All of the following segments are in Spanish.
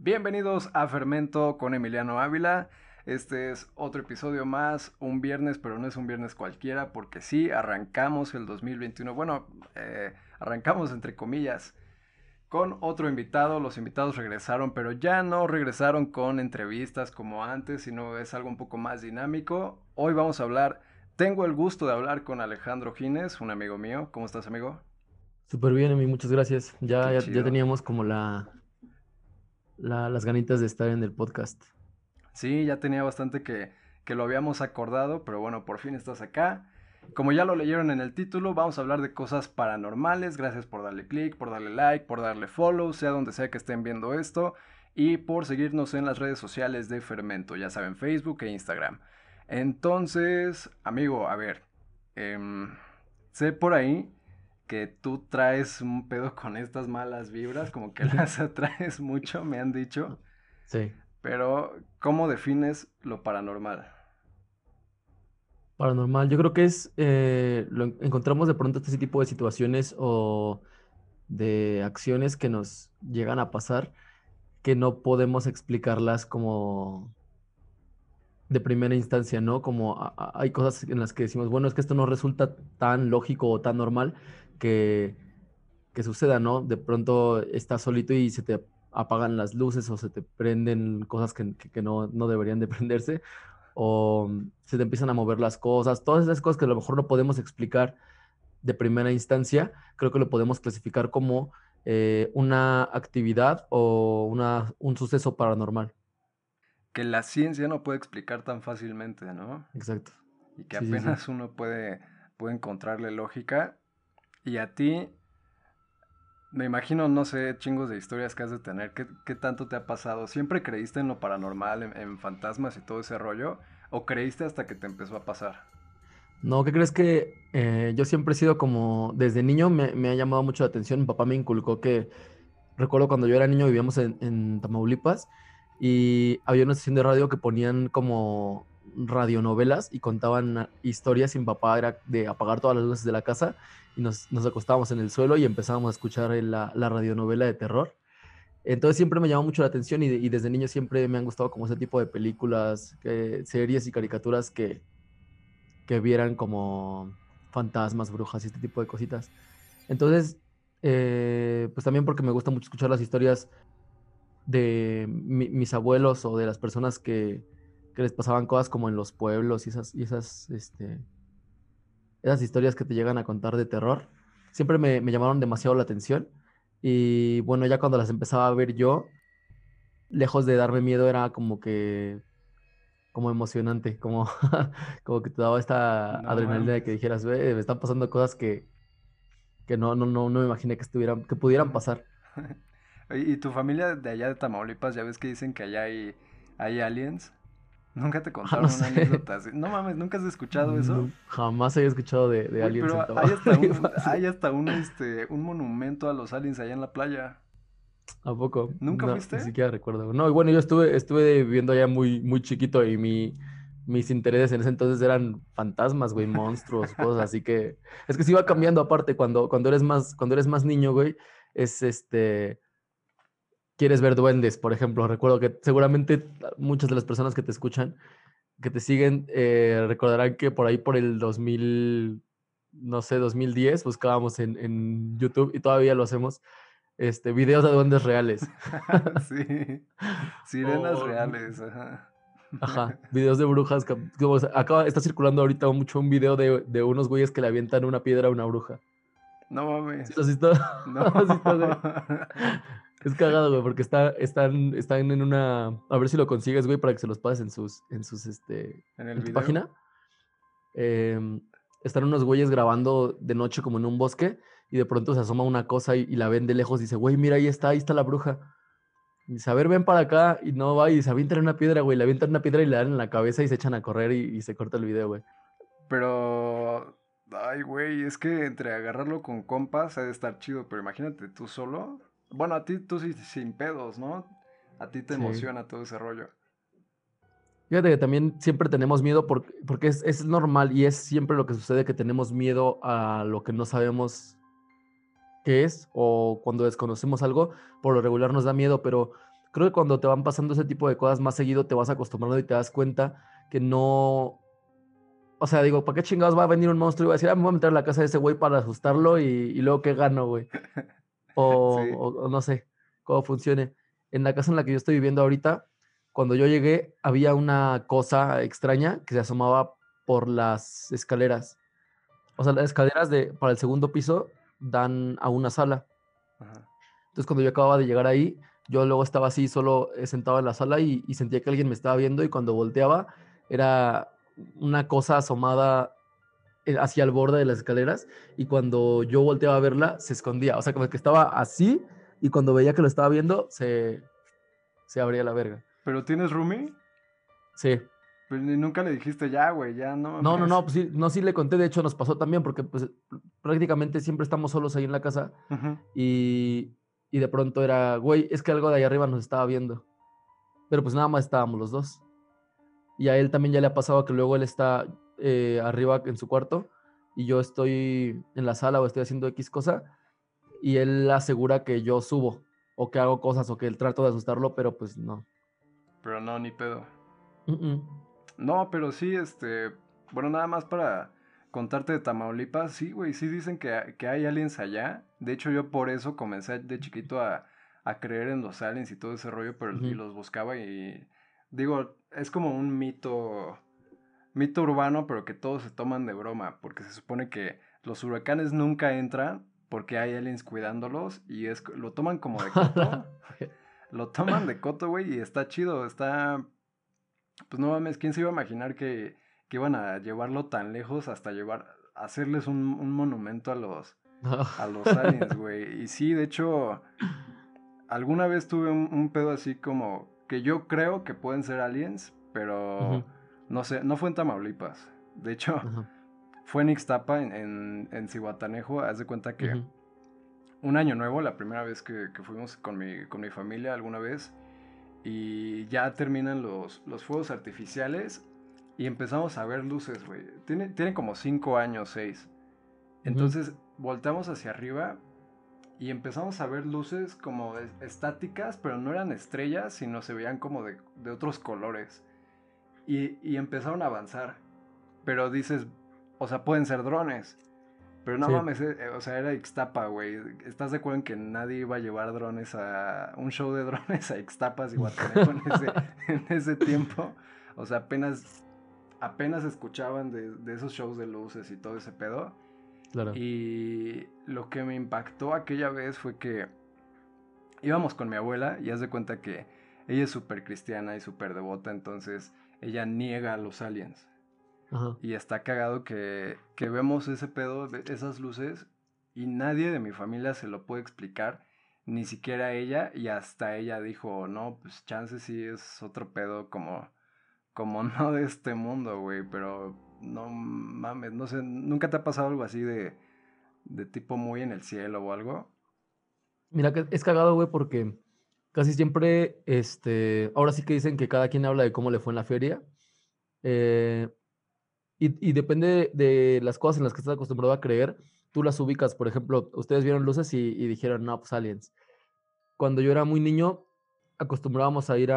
Bienvenidos a Fermento con Emiliano Ávila. Este es otro episodio más, un viernes, pero no es un viernes cualquiera, porque sí, arrancamos el 2021. Bueno, arrancamos entre comillas con otro invitado. Los invitados regresaron, pero ya no regresaron con entrevistas como antes, sino es algo un poco más dinámico. Hoy vamos a hablar, tengo el gusto de hablar con Alejandro Gines, un amigo mío. ¿Cómo estás, amigo? Súper bien, Emi, muchas gracias. Ya, Qué ya, ya chido. teníamos como las ganitas de estar en el podcast. Sí, ya tenía bastante que lo habíamos acordado, pero bueno, por fin estás acá. Como ya lo leyeron en el título, vamos a hablar de cosas paranormales. Gracias por darle click, por darle like, por darle follow, sea donde sea que estén viendo esto, y por seguirnos en las redes sociales de Fermento, ya saben, Facebook e Instagram. Entonces, amigo, a ver, em, sé por ahí que tú traes un pedo con estas malas vibras, como que las atraes mucho, me han dicho. Sí. Pero, ¿cómo defines lo paranormal? Paranormal, yo creo que encontramos de pronto este tipo de situaciones o de acciones que nos llegan a pasar que no podemos explicarlas como de primera instancia, ¿no? Como hay cosas en las que decimos, bueno, es que esto no resulta tan lógico o tan normal que, que suceda, ¿no? De pronto estás solito y se te apagan las luces o se te prenden cosas que no deberían de prenderse o se te empiezan a mover las cosas, todas esas cosas que a lo mejor no podemos explicar de primera instancia, creo que lo podemos clasificar como una actividad o un suceso paranormal. Que la ciencia no puede explicar tan fácilmente, ¿no? Exacto. Y que Sí, sí, sí. apenas uno puede encontrarle lógica. Y a ti, me imagino, no sé, chingos de historias que has de tener. ¿Qué tanto te ha pasado? ¿Siempre creíste en lo paranormal, en fantasmas y todo ese rollo? ¿O creíste hasta que te empezó a pasar? No, ¿qué crees que yo siempre he sido como, desde niño me ha llamado mucho la atención, mi papá me inculcó que, recuerdo cuando yo era niño vivíamos en Tamaulipas y había una estación de radio que ponían como radionovelas y contaban historias y mi papá era de apagar todas las luces de la casa y nos acostábamos en el suelo y empezábamos a escuchar la radionovela de terror. Entonces siempre me llamó mucho la atención y desde niño siempre me han gustado como ese tipo de películas, series y caricaturas que vieran como fantasmas, brujas y este tipo de cositas. Entonces, pues también porque me gusta mucho escuchar las historias de mis abuelos o de las personas que les pasaban cosas como en los pueblos esas historias que te llegan a contar de terror, siempre me llamaron demasiado la atención. Y bueno, ya cuando las empezaba a ver yo, lejos de darme miedo, era como emocionante, como, como que te daba esta No adrenalina de que mames. dijeras, ve, me están pasando cosas que no me imaginé que pudieran pasar. Oye, ¿y tu familia de allá de Tamaulipas, ya ves que dicen que allá hay aliens? ¿Nunca te Ah, no contaron una sé. anécdota así? No mames, ¿nunca has escuchado eso? Jamás había escuchado de Güey, aliens en pero Tamaulipas. hay hasta un monumento a los aliens allá en la playa. ¿A poco? ¿Nunca No, ni fuiste? siquiera recuerdo. No, y bueno, yo estuve viviendo allá muy chiquito y mis intereses en ese entonces eran fantasmas, güey, monstruos, cosas así que... Es que se iba Ah, cambiando aparte cuando eres más niño, güey, es quieres ver duendes, por ejemplo. Recuerdo que seguramente muchas de las personas que te escuchan, que te siguen, recordarán que por ahí por el 2000, no sé, 2010, buscábamos en YouTube y todavía lo hacemos, videos de duendes reales. sí. Sirenas O, reales, ajá. ajá, videos de brujas. Está circulando ahorita mucho un video de unos güeyes que le avientan una piedra a una bruja. No ¿Sí mames. lo has visto? No. ¿Has visto, güey? Es cagado, güey, porque están en una. A ver si lo consigues, güey, para que se los pases ¿En el en tu video? página. Em, Están unos güeyes grabando de noche como en un bosque y de pronto se asoma una cosa y la ven de lejos y dice, güey, mira, ahí está la bruja. Y dice, a ver, ven para acá y no va y se avientan una piedra, güey, le avientan una piedra y le dan en la cabeza y se echan a correr y se corta el video, güey. Pero... Ay, güey, es que entre agarrarlo con compas ha de estar chido, pero imagínate tú solo. Bueno, a ti tú sí sin pedos, ¿no? A ti te Sí. emociona todo ese rollo. Fíjate que también siempre tenemos miedo porque es normal y es siempre lo que sucede que tenemos miedo a lo que no sabemos qué es o cuando desconocemos algo, por lo regular nos da miedo, pero Creo que cuando te van pasando ese tipo de cosas más seguido te vas acostumbrando y te das cuenta que no, o sea, digo, ¿para qué chingados va a venir un monstruo y va a decir, ah, me voy a meter a la casa de ese güey para asustarlo y luego qué gano, güey? Sí, O no sé cómo funcione. En la casa en la que yo estoy viviendo ahorita, cuando yo llegué, había una cosa extraña que se asomaba por las escaleras. O sea, las escaleras para el segundo piso dan a una sala. ajá. Entonces, cuando yo acababa de llegar ahí, yo luego estaba así, solo sentado en la sala y sentía que alguien me estaba viendo y cuando volteaba era una cosa asomada hacia el borde de las escaleras y cuando yo volteaba a verla, se escondía. O sea, como que estaba así y cuando veía que lo estaba viendo, se abría la verga. ¿Pero tienes roomie? Sí. Pues ni nunca le dijiste ya, güey, ya no No, no, mames. no, pues sí, no, sí le conté, de hecho nos pasó también porque pues prácticamente siempre estamos solos ahí en la casa Ujú. y, y de pronto era, güey, es que algo de ahí arriba nos estaba viendo, pero pues nada más estábamos los dos. Y a él también ya le ha pasado que luego él está arriba en su cuarto y yo estoy en la sala o estoy haciendo X cosa y él asegura que yo subo o que hago cosas o que él trato de asustarlo, pero pues no. Pero no, ni pedo. Mm, mm. No, pero sí, bueno, nada más para contarte de Tamaulipas, sí, güey, sí dicen que hay aliens allá. De hecho, yo por eso comencé de chiquito a creer en los aliens y todo ese rollo, pero y Ujú. los buscaba y digo, es como un mito urbano, pero que todos se toman de broma, porque se supone que los huracanes nunca entran porque hay aliens cuidándolos y lo toman como de coto, lo toman de coto, güey, y está chido, pues no mames, ¿quién se iba a imaginar que iban a llevarlo tan lejos hasta hacerles un monumento a los aliens, güey? Y sí, de hecho, alguna vez tuve un pedo así como que yo creo que pueden ser aliens, pero Ujú, no sé, no fue en Tamaulipas. De hecho, ajá, fue en Ixtapa, en Zihuatanejo. Haz de cuenta que ujú, un año nuevo, la primera vez que fuimos con mi familia alguna vez, y ya terminan los fuegos artificiales y empezamos a ver luces, güey. Tiene como 5 años, 6. ujú. Entonces volteamos hacia arriba y empezamos a ver luces como estáticas, pero no eran estrellas, sino se veían como de otros colores. Y empezaron a avanzar. Pero dices, o sea, pueden ser drones. Pero no Sí. mames, o sea, era Ixtapa, güey. ¿Estás de acuerdo en que nadie iba a llevar drones a un show de drones a Ixtapas y Guatanejo en ese tiempo? O sea, apenas escuchaban de esos shows de luces y todo ese pedo. Claro. Y lo que me impactó aquella vez fue que íbamos con mi abuela y haz de cuenta que ella es súper cristiana y súper devota, entonces ella niega a los aliens. Ajá. Y está cagado que vemos ese pedo, esas luces, y nadie de mi familia se lo puede explicar, ni siquiera ella, y hasta ella dijo, no, pues chance sí es otro pedo como no de este mundo, güey, pero no mames, no sé, ¿nunca te ha pasado algo así de tipo muy en el cielo o algo? Mira que es cagado, güey, porque casi siempre, ahora sí que dicen que cada quien habla de cómo le fue en la feria. eh, y depende de las cosas en las que estás acostumbrado a creer, tú las ubicas. Por ejemplo, ustedes vieron luces y dijeron, no, pues aliens. Cuando yo era muy niño, acostumbrábamos a ir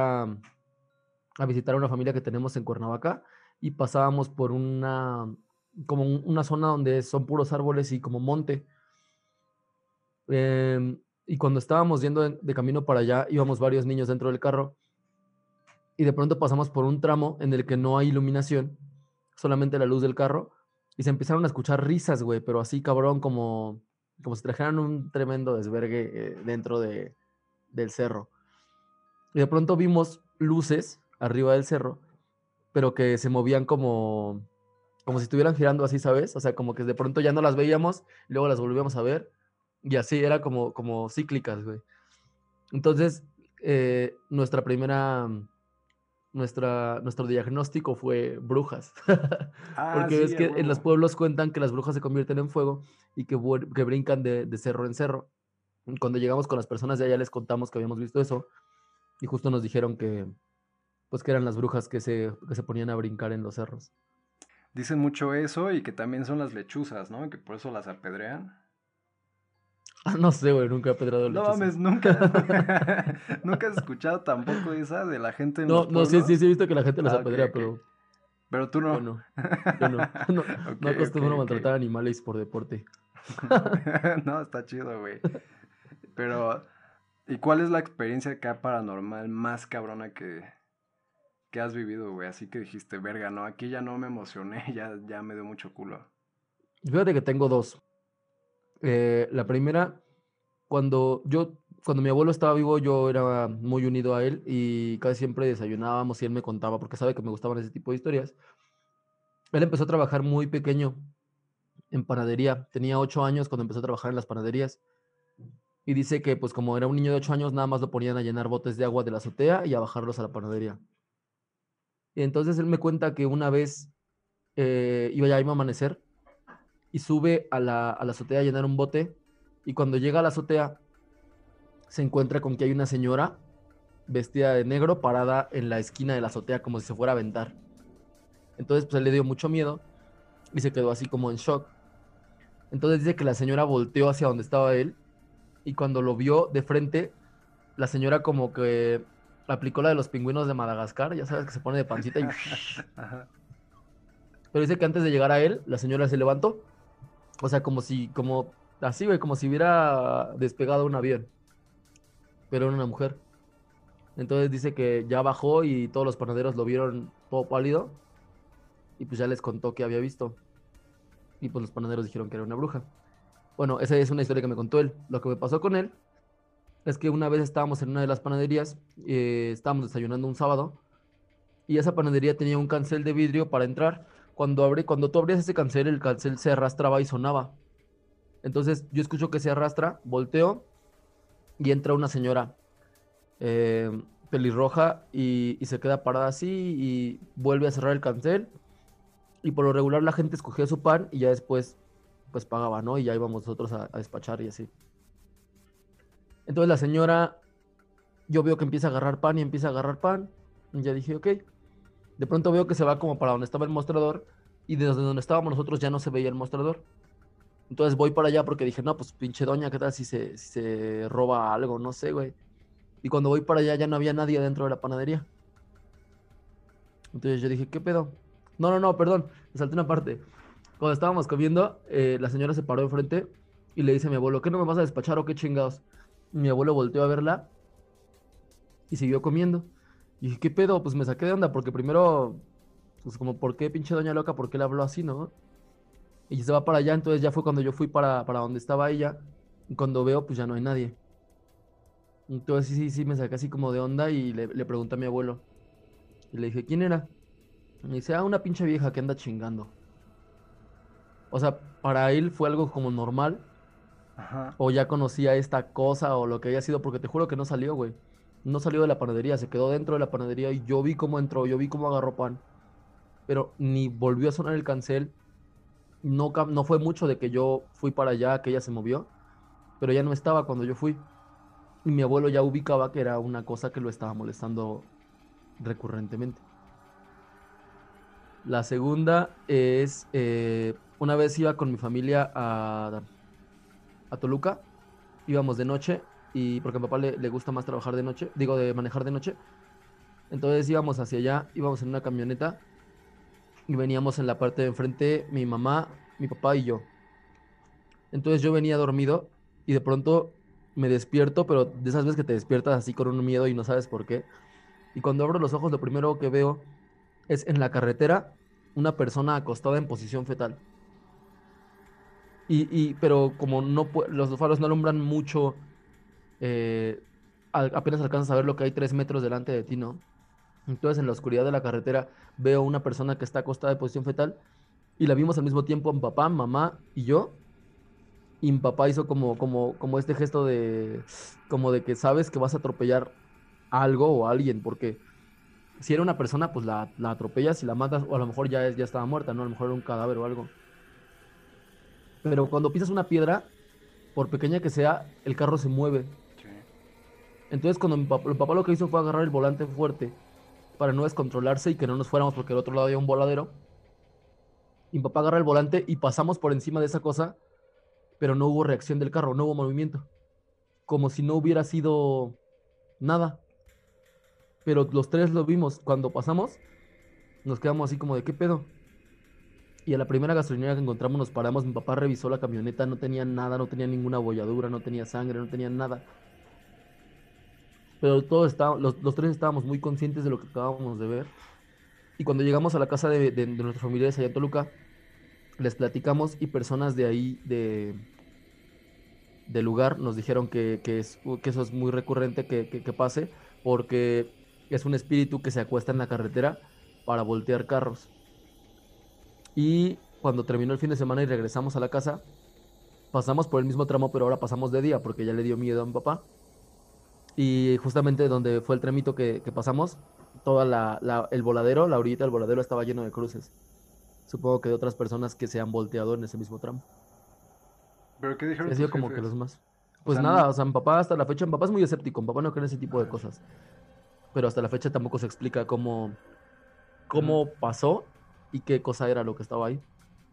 a visitar a una familia que tenemos en Cuernavaca y pasábamos por como una zona donde son puros árboles y como monte. Y cuando estábamos yendo de camino para allá, íbamos varios niños dentro del carro y de pronto pasamos por un tramo en el que no hay iluminación, solamente la luz del carro, y se empezaron a escuchar risas, güey, pero así cabrón, como si trajeran un tremendo desvergue dentro del cerro. Y de pronto vimos luces arriba del cerro, pero que se movían como si estuvieran girando así, ¿sabes? O sea, como que de pronto ya no las veíamos, y luego las volvíamos a ver, y así era como cíclicas, güey. Entonces, nuestra primera nuestro diagnóstico fue brujas. Ah, Porque ves sí, a que en los huevo. pueblos cuentan que las brujas se convierten en fuego y que brincan de cerro en cerro. Cuando llegamos con las personas de allá les contamos que habíamos visto eso y justo nos dijeron pues que eran las brujas que se ponían a brincar en los cerros. Dicen mucho eso y que también son las lechuzas, ¿no? Que por eso las apedrean. Ah, no sé, güey, nunca he pedrado No leche, sí. mames, nunca, nunca has escuchado tampoco esa de la gente en No, los no, sí, sí, pueblos. sí he visto que la gente los Ah, ok, apedrea, ok. pero Pero tú yo no. no. Yo no. No, Ok, no ok, acostumbro a ok. maltratar animales por deporte. No, está chido, güey. Pero, ¿y cuál es la experiencia acá paranormal más cabrona que has vivido, güey? Así que dijiste, verga, no, aquí ya no me emocioné, ya me dio mucho culo. Fíjate que tengo dos. La primera, cuando mi abuelo estaba vivo, yo era muy unido a él y casi siempre desayunábamos y él me contaba, porque sabe que me gustaban ese tipo de historias. Él empezó a trabajar muy pequeño en panadería. Tenía 8 años cuando empezó a trabajar en las panaderías. Y dice que, pues, como era un niño de 8 años, nada más lo ponían a llenar botes de agua de la azotea y a bajarlos a la panadería. Y entonces él me cuenta que una vez iba a amanecer y sube a la azotea a llenar un bote. Y cuando llega a la azotea, se encuentra con que hay una señora vestida de negro parada en la esquina de la azotea como si se fuera a aventar. Entonces, pues, él le dio mucho miedo y se quedó así como en shock. Entonces dice que la señora volteó hacia donde estaba él y cuando lo vio de frente, la señora como que aplicó la de los pingüinos de Madagascar, ya sabes que se pone de pancita y... Ajá. Pero dice que antes de llegar a él, la señora se levantó. O sea, como así, güey, como si hubiera despegado un avión. Pero era una mujer. Entonces dice que ya bajó y todos los panaderos lo vieron todo pálido. Y pues ya les contó que había visto. Y pues los panaderos dijeron que era una bruja. Bueno, esa es una historia que me contó él. Lo que me pasó con él es que una vez estábamos en una de las panaderías, estábamos desayunando un sábado, y esa panadería tenía un cancel de vidrio para entrar. Cuando tú abrías ese cancel, el cancel se arrastraba y sonaba. Entonces yo escucho que se arrastra, volteo y entra una señora eh, pelirroja y se queda parada así y vuelve a cerrar el cancel. Y por lo regular la gente escogía su pan y ya después pues pagaba, ¿no? Y ya íbamos nosotros a despachar y así. Entonces la señora, yo veo que empieza a agarrar pan y empieza a agarrar pan. Y ya dije, ok. De pronto veo que se va como para donde estaba el mostrador y desde donde estábamos nosotros ya no se veía el mostrador. Entonces voy para allá porque dije, no, pues pinche doña, ¿qué tal si se roba algo? No sé, güey. Y cuando voy para allá ya no había nadie dentro de la panadería. Entonces yo dije, ¿qué pedo? No, no, no, perdón, me salté una parte. Cuando estábamos comiendo, la señora se paró enfrente y le dice a mi abuelo, ¿qué no me vas a despachar o qué chingados? Y mi abuelo volteó a verla y siguió comiendo. Y dije, ¿qué pedo? Pues me saqué de onda porque primero, pues como, ¿por qué pinche doña loca? ¿Por qué le habló así, no? Y se va para allá, entonces ya fue cuando yo fui para donde estaba ella. Y cuando veo, pues ya no hay nadie. Entonces sí, sí, sí, me saqué así como de onda y le pregunté a mi abuelo. Y le dije, ¿quién era? Y me dice, una pinche vieja que anda chingando. O sea, para él fue algo como normal, Ajá. o ya conocía esta cosa o lo que haya sido, porque te juro que no salió, güey. No salió de la panadería, se quedó dentro de la panadería y yo vi cómo entró, yo vi cómo agarró pan, pero ni volvió a sonar el cancel. No, no fue mucho de que yo fui para allá, que ella se movió, pero ya no estaba cuando yo fui. Y mi abuelo ya ubicaba que era una cosa que lo estaba molestando recurrentemente. La segunda es, una vez iba con mi familia a Toluca, íbamos de noche, y porque a mi papá le gusta más trabajar de noche, digo, de manejar de noche. Entonces íbamos hacia allá, íbamos en una camioneta y veníamos en la parte de enfrente mi mamá, mi papá y yo. Entonces yo venía dormido y de pronto me despierto, pero de esas veces que te despiertas así con un miedo y no sabes por qué. Y cuando abro los ojos, lo primero que veo es en la carretera una persona acostada en posición fetal. Pero como los faros no alumbran mucho, eh, apenas alcanzas a ver lo que hay 3 metros delante de ti, ¿no? Entonces en la oscuridad de la carretera veo una persona que está acostada en posición fetal y la vimos al mismo tiempo mi papá, mamá y yo. Y mi papá hizo como este gesto como de que sabes que vas a atropellar a algo o a alguien, porque si era una persona, pues la atropellas y la matas, o a lo mejor ya estaba muerta, ¿no? A lo mejor era un cadáver o algo. Pero cuando pisas una piedra, por pequeña que sea, el carro se mueve. Sí. Entonces cuando mi papá lo que hizo fue agarrar el volante fuerte para no descontrolarse y que no nos fuéramos porque al otro lado había un voladero. Y mi papá agarra el volante y pasamos por encima de esa cosa pero no hubo reacción del carro, no hubo movimiento, como si no hubiera sido nada. Pero los tres lo vimos. Cuando pasamos, nos quedamos así como de, ¿qué pedo? Y a la primera gasolinera que encontramos nos paramos, mi papá revisó la camioneta, no tenía nada, no tenía ninguna bolladura, no tenía sangre, no tenía nada. Pero todos estábamos, los tres estábamos muy conscientes de lo que acabábamos de ver. Y cuando llegamos a la casa de nuestros familiares allá en Toluca, les platicamos y personas de ahí, del lugar, nos dijeron que eso es muy recurrente que pase, porque es un espíritu que se acuesta en la carretera para voltear carros. Y cuando terminó el fin de semana y regresamos a la casa, pasamos por el mismo tramo, pero ahora pasamos de día porque ya le dio miedo a mi papá. Y justamente donde fue el tramito que pasamos, toda el voladero, la orillita del voladero estaba lleno de cruces. Supongo que de otras personas que se han volteado en ese mismo tramo. ¿Pero qué Sí, dijeron ha tus sido como que jefes? los más. O Pues sea, nada, o sea, mi papá hasta la fecha, mi papá es muy escéptico, mi papá no cree en ese tipo a de ver. cosas. Pero hasta la fecha tampoco se explica cómo, Ujú. cómo pasó y qué cosa era lo que estaba ahí.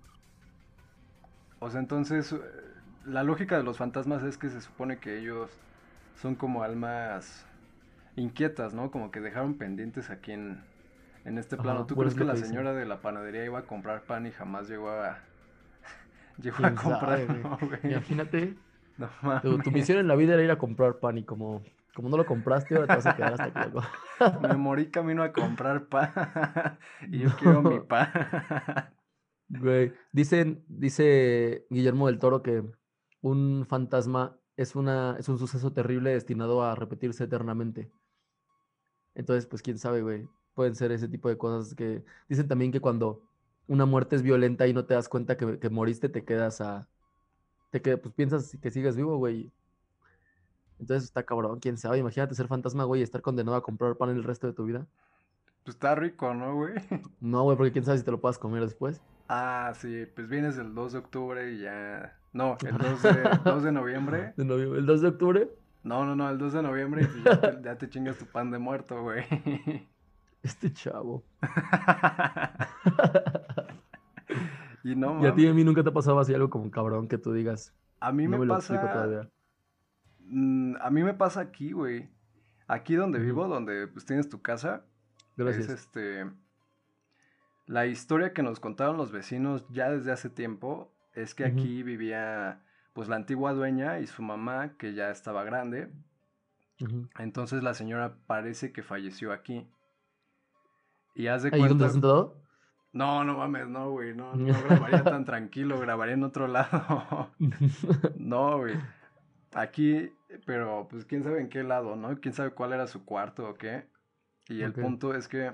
O sea, entonces, la lógica de los fantasmas es que se supone que ellos son como almas inquietas, ¿no? Como que dejaron pendientes aquí en este plano. Ajá, ¿Tú bueno, crees es que lo la que dicen. señora de la panadería iba a comprar pan y jamás llegó a ¿Quién sabe, güey? comprarlo, güey? Imagínate, No tu mames. misión en la vida era ir a comprar pan y como no lo compraste, ahora te vas a quedar hasta aquí abajo. Me morí camino a comprar pan y yo quiero mi No, pan. güey. Dice Guillermo del Toro que un fantasma es un suceso terrible destinado a repetirse eternamente. Entonces, pues quién sabe, güey. Pueden ser ese tipo de cosas que dicen también que cuando una muerte es violenta y no te das cuenta que moriste, pues piensas que sigues vivo, güey. Entonces está cabrón, quién sabe. Imagínate ser fantasma, güey, y estar condenado a comprar pan el resto de tu vida. Pues está rico, ¿no, güey? No, güey, porque quién sabe si te lo puedas comer después. Ah, sí, pues vienes el 2 de octubre y ya. No, el 2 de noviembre. De noviembre, el 2 de octubre, No, no, no, el 2 de noviembre y pues ya te chingas tu pan de muerto, güey. este chavo. Y no Y a ti y a mames. mí nunca te ha pasado así algo como cabrón que tú digas, A mí no me me lo explico pasa. todavía. A mí me pasa aquí, güey. Aquí donde Ujú. vivo, donde pues tienes tu casa, es Gracias. La historia que nos contaron los vecinos ya desde hace tiempo es que Ujú. aquí vivía pues la antigua dueña y su mamá que ya estaba grande. Ujú. Entonces la señora parece que falleció aquí. Y haz de ¿Ahí donde cuenta. estás sentado? No, no mames, no, güey. No, no grabaría tan tranquilo, grabaría en otro lado. No, güey. Aquí, pero pues quién sabe en qué lado, ¿no? Quién sabe cuál era su cuarto o qué. Y el Ok. punto es que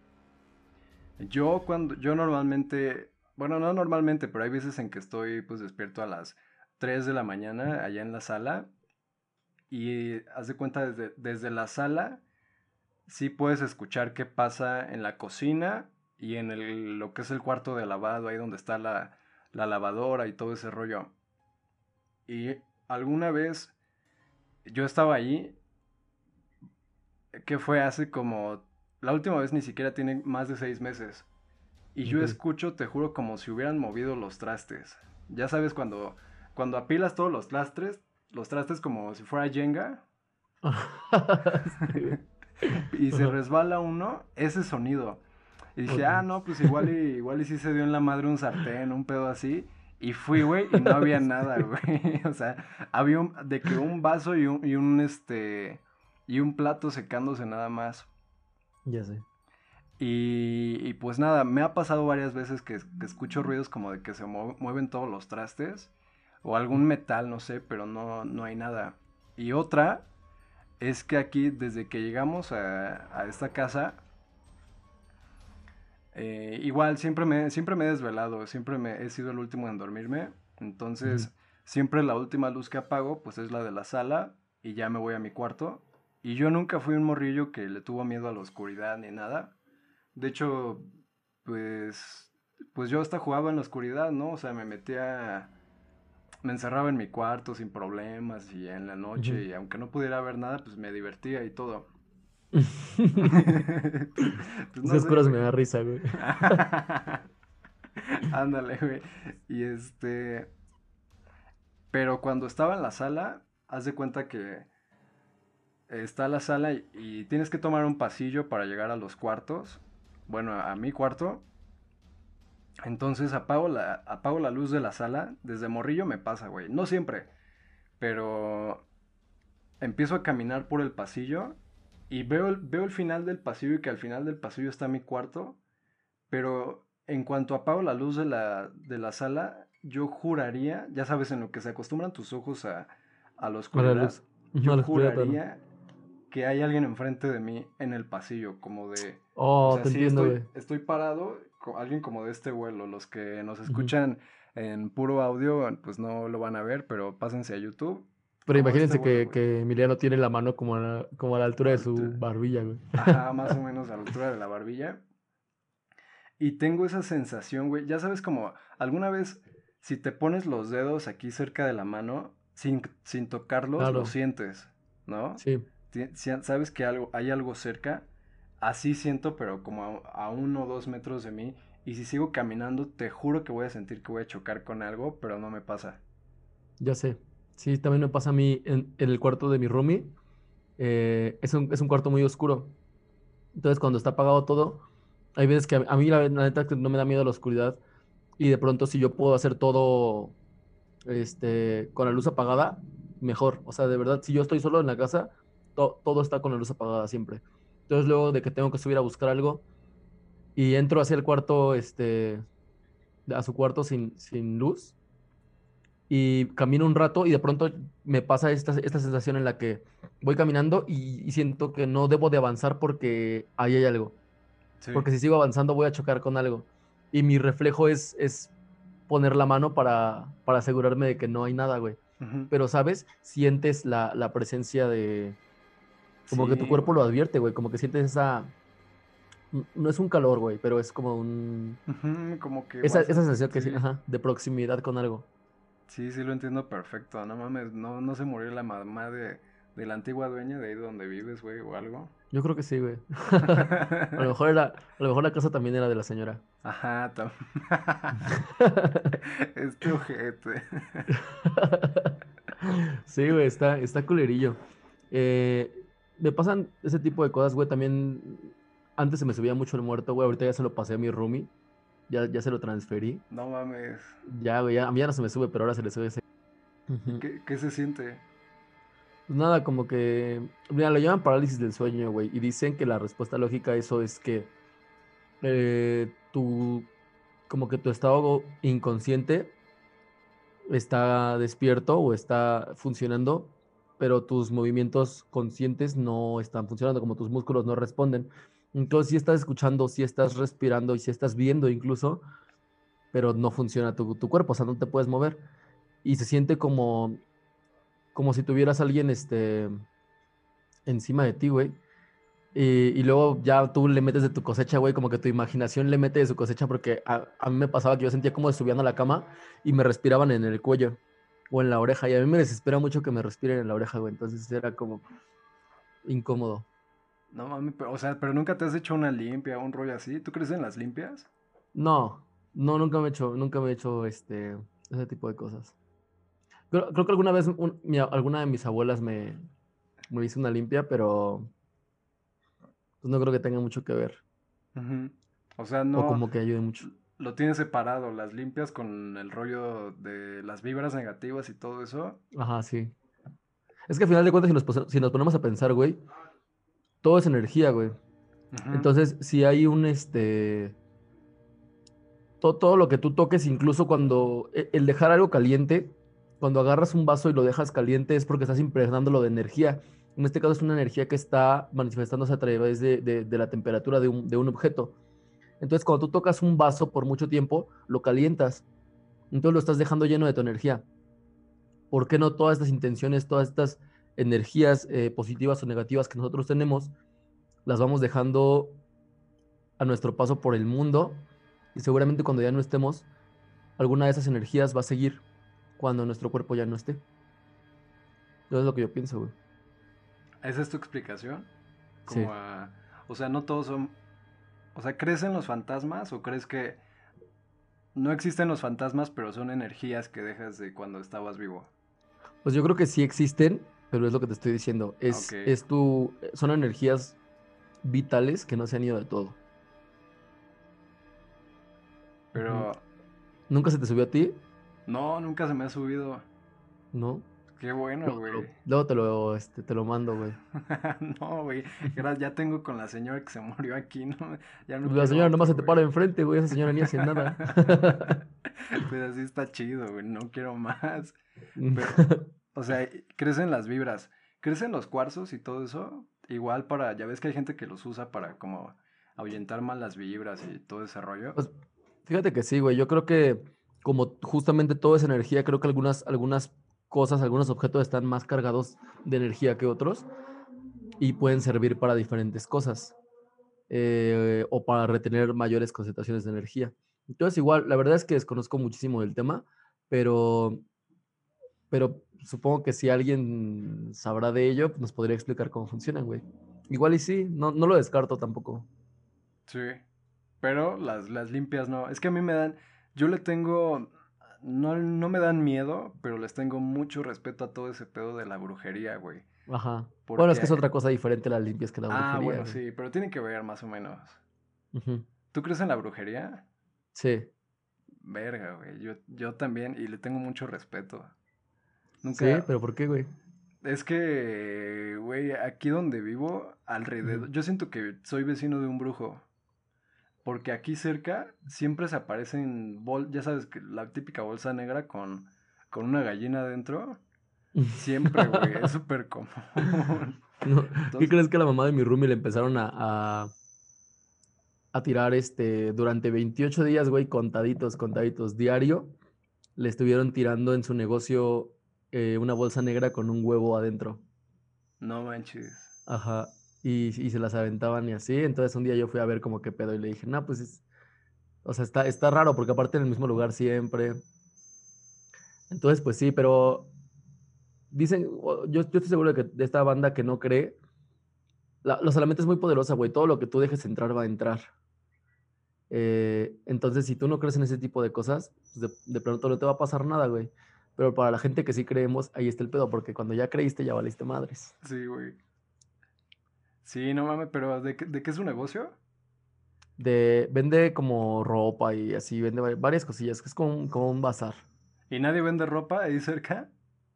yo normalmente, bueno, no normalmente, pero hay veces en que estoy pues despierto a las 3 de la mañana allá en la sala y haz de cuenta desde la sala sí puedes escuchar qué pasa en la cocina y en lo que es el cuarto de lavado, ahí donde está la lavadora y todo ese rollo. Y alguna vez yo estaba ahí, que fue hace como, la última vez ni siquiera tiene más de 6 meses. Y yo Ok. escucho, te juro, como si hubieran movido los trastes. Ya sabes, cuando apilas todos los trastes como si fuera Jenga, Sí, güey. y se Ajá. resbala uno, ese sonido. Y dije, Ok. ah, no, pues igual y sí se dio en la madre un sartén, un pedo así. Y fui, güey, y no había nada, Sí. güey. O sea, había de que un vaso y un plato secándose nada más. Ya sé. Y pues nada, me ha pasado varias veces que escucho ruidos como de que se mueven todos los trastes o algún metal, no sé, pero no hay nada. Y otra es que aquí, desde que llegamos a esta casa, igual siempre me he desvelado, he sido el último en dormirme. Ujú. Entonces, siempre la última luz que apago, pues es la de la sala y ya me voy a mi cuarto. Y yo nunca fui un morrillo que le tuvo miedo a la oscuridad ni nada. De hecho, pues, pues yo hasta jugaba en la oscuridad, ¿no? O sea, me encerraba en mi cuarto sin problemas y en la noche, Ujú. y aunque no pudiera ver nada, pues me divertía y todo. Pues no Esas sé, curas me güey. da risa, güey. Ándale, güey. Y Pero cuando estaba en la sala, haz de cuenta que está la sala y tienes que tomar un pasillo para llegar a los cuartos. Bueno, a mi cuarto. Entonces apago la luz de la sala. Desde morrillo me pasa, güey. No siempre. Pero empiezo a caminar por el pasillo. Y veo el final del pasillo y que al final del pasillo está mi cuarto. Pero en cuanto apago la luz de la sala, yo juraría, ya sabes, en lo que se acostumbran tus ojos a la A la oscuridad, luz. yo A la oscuridad, claro. juraría que hay alguien enfrente de mí en el pasillo, como de, o Oh, sea, te sí entiendo, güey. estoy parado, alguien como de este vuelo, los que nos Ujú. escuchan en puro audio, pues no lo van a ver, pero pásense a YouTube, Pero como de este imagínense vuelo, güey, que Emiliano tiene la mano como a la a altura la de su altura, barbilla, güey. ajá, más o menos a la altura de la barbilla, y tengo esa sensación, güey, ya sabes como, alguna vez, si te pones los dedos aquí cerca de la mano, sin tocarlos, lo Claro, sientes, ¿no? sí. Sabes que hay algo cerca, así siento, pero como a 1 o 2 metros de mí. Y si sigo caminando, te juro que voy a sentir que voy a chocar con algo, pero no me pasa. Ya sé. Sí, también me pasa a mí en el cuarto de mi roomie. Es un cuarto muy oscuro. Entonces, cuando está apagado todo, hay veces que a mí la neta que no me da miedo la oscuridad. Y de pronto, si yo puedo hacer todo con la luz apagada, mejor. O sea, de verdad, si yo estoy solo en la casa, todo está con la luz apagada siempre. Entonces, luego de que tengo que subir a buscar algo y entro hacia el cuarto, a su cuarto sin luz y camino un rato y de pronto me pasa esta sensación en la que voy caminando y siento que no debo de avanzar porque ahí hay algo. Sí. Porque si sigo avanzando voy a chocar con algo. Y mi reflejo es poner la mano para asegurarme de que no hay nada, güey. Ujú. Pero, ¿sabes? Sientes la presencia de... Como que tu Sí, cuerpo lo güey. advierte, güey. Como que sientes esa... No es un calor, güey, pero es como un... Ujú, como que Esa WhatsApp. sensación que sí, Sí. ajá, de proximidad con algo. Sí, sí lo entiendo perfecto. No mames, no se murió la mamá de la antigua dueña de ahí donde vives, güey, o algo. Yo creo que sí, güey. A lo mejor la casa también era de la señora. Ajá, este ojete. Sí, güey, está culerillo. Eh, Me pasan ese tipo de cosas, güey. También antes se me subía mucho el muerto, güey. Ahorita ya se lo pasé a mi roomie. Ya se lo transferí. No mames. Ya, güey, a mí ya no se me sube, pero ahora se le sube ese. ¿Y Ujú. qué se siente? Pues nada, como que. Mira, lo llaman parálisis del sueño, güey. Y dicen que la respuesta lógica a eso es que como que tu estado inconsciente está despierto o está funcionando, pero tus movimientos conscientes no están funcionando, como tus músculos no responden. Entonces, si estás escuchando, si estás respirando y si estás viendo incluso, pero no funciona tu cuerpo, o sea, no te puedes mover. Y se siente como si tuvieras a alguien encima de ti, güey. Y luego ya tú le metes de tu cosecha, güey, como que tu imaginación le mete de su cosecha, porque a mí me pasaba que yo sentía como subían a la cama y me respiraban en el cuello o en la oreja, y a mí me desespera mucho que me respiren en la oreja, güey, entonces era como incómodo. No mames, pero, o sea, pero nunca te has hecho una limpia, un rollo así. ¿Tú crees en las limpias? No, no, nunca me he hecho ese tipo de cosas. Creo que alguna vez alguna de mis abuelas me hizo una limpia, pero pues no creo que tenga mucho que ver Ujú. O sea, o no como que ayude mucho. lo tienes separado, las limpias con el rollo de las vibras negativas y todo eso. Ajá, sí. Es que al final de cuentas, si nos ponemos a pensar, güey, todo es energía, güey. Ujú. Entonces, si hay todo lo que tú toques, incluso cuando el dejar algo caliente, cuando agarras un vaso y lo dejas caliente es porque estás impregnándolo de energía. En este caso es una energía que está manifestándose a través de la temperatura de un objeto. Entonces, cuando tú tocas un vaso por mucho tiempo, lo calientas. Entonces lo estás dejando lleno de tu energía. ¿Por qué no todas estas intenciones, todas estas energías positivas o negativas que nosotros tenemos, las vamos dejando a nuestro paso por el mundo? Y seguramente cuando ya no estemos, alguna de esas energías va a seguir cuando nuestro cuerpo ya no esté. Eso es lo que yo pienso, güey. ¿Esa es tu explicación? Sí. Como o sea, no todos son, o sea, ¿crees en los fantasmas o crees que no existen los fantasmas, pero son energías que dejas de cuando estabas vivo? Pues yo creo que sí existen, pero es lo que te estoy diciendo. Ok, Son energías vitales que no se han ido de todo. Ujú. pero ¿Nunca se te subió a ti? no, nunca se me ha subido. ¿No? Qué bueno, güey. Luego te lo mando, güey. No, güey, gracias, ya tengo con la señora que se murió aquí, no, ya no La quiero señora nomás otro, se te güey. para enfrente, güey. Esa señora ni hace nada. Pero así está chido, güey, no quiero más. Pero, o sea, crecen las vibras, crecen los cuarzos y todo eso, igual para, ya ves que hay gente que los usa para como ahuyentar malas vibras y todo ese rollo. Pues fíjate que sí, güey. Yo creo que como justamente toda esa energía, creo que algunas cosas, algunos objetos están más cargados de energía que otros y pueden servir para diferentes cosas o para retener mayores concentraciones de energía. Entonces, igual, la verdad es que desconozco muchísimo del tema, pero, pero supongo que si alguien sabrá de ello, pues nos podría explicar cómo funcionan, güey. Igual y sí, no lo descarto tampoco. Sí, pero las limpias no. Es que a mí me dan, yo le tengo, no, no me dan miedo, pero les tengo mucho respeto a todo ese pedo de la brujería, güey. Ajá. Bueno, es que es Porque, otra cosa diferente las limpias que la brujería, bueno, güey. sí, pero tiene que ver más o menos. Ujú. ¿Tú crees en la brujería? Sí. Verga, güey. Yo también, y le tengo mucho respeto. Sí, Nunca. pero ¿por qué, güey? Es que, güey, aquí donde vivo, Ujú. alrededor. Yo siento que soy vecino de un brujo. Porque aquí cerca siempre se aparecen ya sabes que la típica bolsa negra con una gallina adentro. Siempre, güey, es súper común. No, ¿qué Entonces, crees que a la mamá de mi roomie le empezaron a tirar durante 28 días, güey, contaditos, diario? Le estuvieron tirando en su negocio una bolsa negra con un huevo adentro. no manches. Ajá. Y se las aventaban y así. Entonces un día yo fui a ver como qué pedo y le dije, no, pues o sea, está raro porque aparte en el mismo lugar siempre. Entonces, pues sí, pero dicen, yo estoy seguro de que de esta banda que no cree, la mente es muy poderosa, güey. Todo lo que tú dejes entrar va a entrar. Entonces, si tú no crees en ese tipo de cosas, pues de pronto no te va a pasar nada, güey. Pero para la gente que sí creemos, ahí está el pedo, porque cuando ya creíste, ya valiste madres. Sí, güey. Sí, no mames, pero ¿de qué es su negocio? Vende como ropa y así, vende varias cosillas, que es como un bazar. ¿Y nadie vende ropa ahí cerca?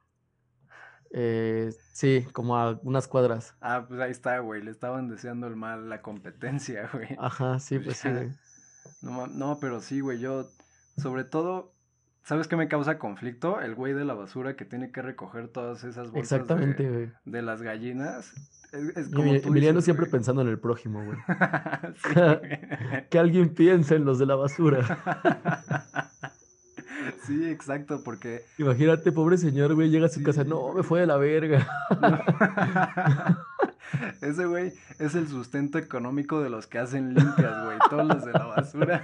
Sí, como a unas cuadras. Ah, pues ahí está, güey. Le estaban deseando el mal la competencia, güey. Ajá, sí, Pues pues sí, ya. güey. No, no, pero sí, güey. Sobre todo, ¿sabes qué me causa conflicto? El güey de la basura que tiene que recoger todas esas bolsas Exactamente, güey. de las gallinas. Es Y como tú Emiliano dices, siempre güey. pensando en el prójimo, güey. Sí, güey. Que alguien piense en los de la basura. Sí, exacto, porque Imagínate, pobre señor, güey, llega a su casa, sí, no, me güey. fue de la verga. No. Ese güey es el sustento económico de los que hacen limpias, güey. Todos los de la basura.